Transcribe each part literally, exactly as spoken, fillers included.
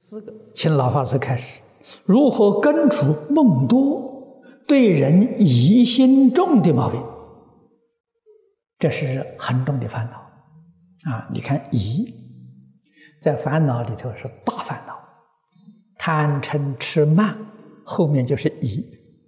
四个，请老法师开始，如何根除梦多、对人疑心重的毛病？这是很重的烦恼啊！你看疑，在烦恼里头是大烦恼，贪嗔痴慢，后面就是疑。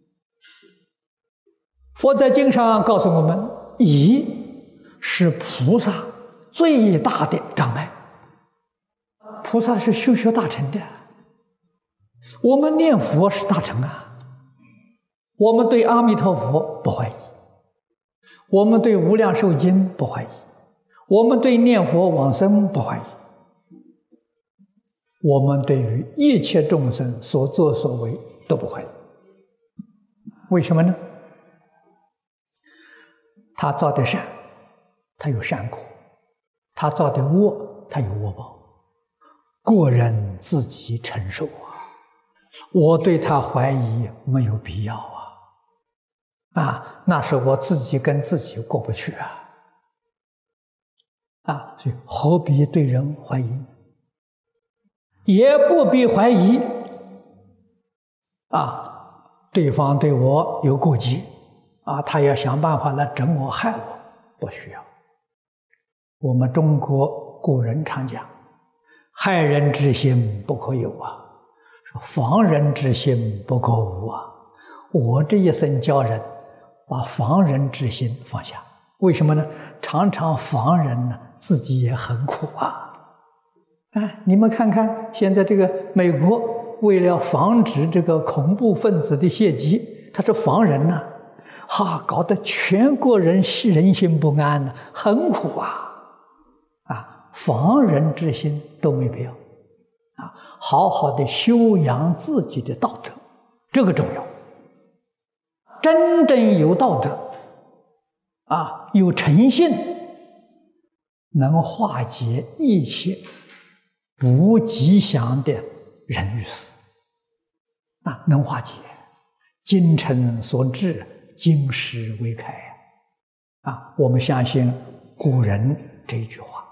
佛在经上告诉我们，疑是菩萨最大的障碍。菩萨是修学大乘的，我们念佛是大乘啊。我们对阿弥陀佛不怀疑，我们对无量寿经不怀疑，我们对念佛往生不怀疑，我们对于一切众生所作所为都不怀疑。为什么呢？他造的善，他有善果；他造的恶，他有恶报。个人自己承受啊，我对他怀疑没有必要啊，啊，那是我自己跟自己过不去啊，啊，所以何必对人怀疑？也不必怀疑，啊，对方对我有过激，啊，他要想办法来整我害我，不需要。我们中国古人常讲，害人之心不可有啊，说防人之心不可无啊。我这一生教人把防人之心放下，为什么呢？常常防人呢，自己也很苦啊。哎，你们看看现在这个美国为了防止这个恐怖分子的袭击，他是防人呢、啊，哈，搞得全国人人心不安呢、啊，很苦啊。啊，防人之心都没必要啊！好好的修养自己的道德，这个重要。真正有道德啊，有诚信，能化解一切不吉祥的人与事啊，能化解。精诚所至，金石为开啊！我们相信古人这一句话。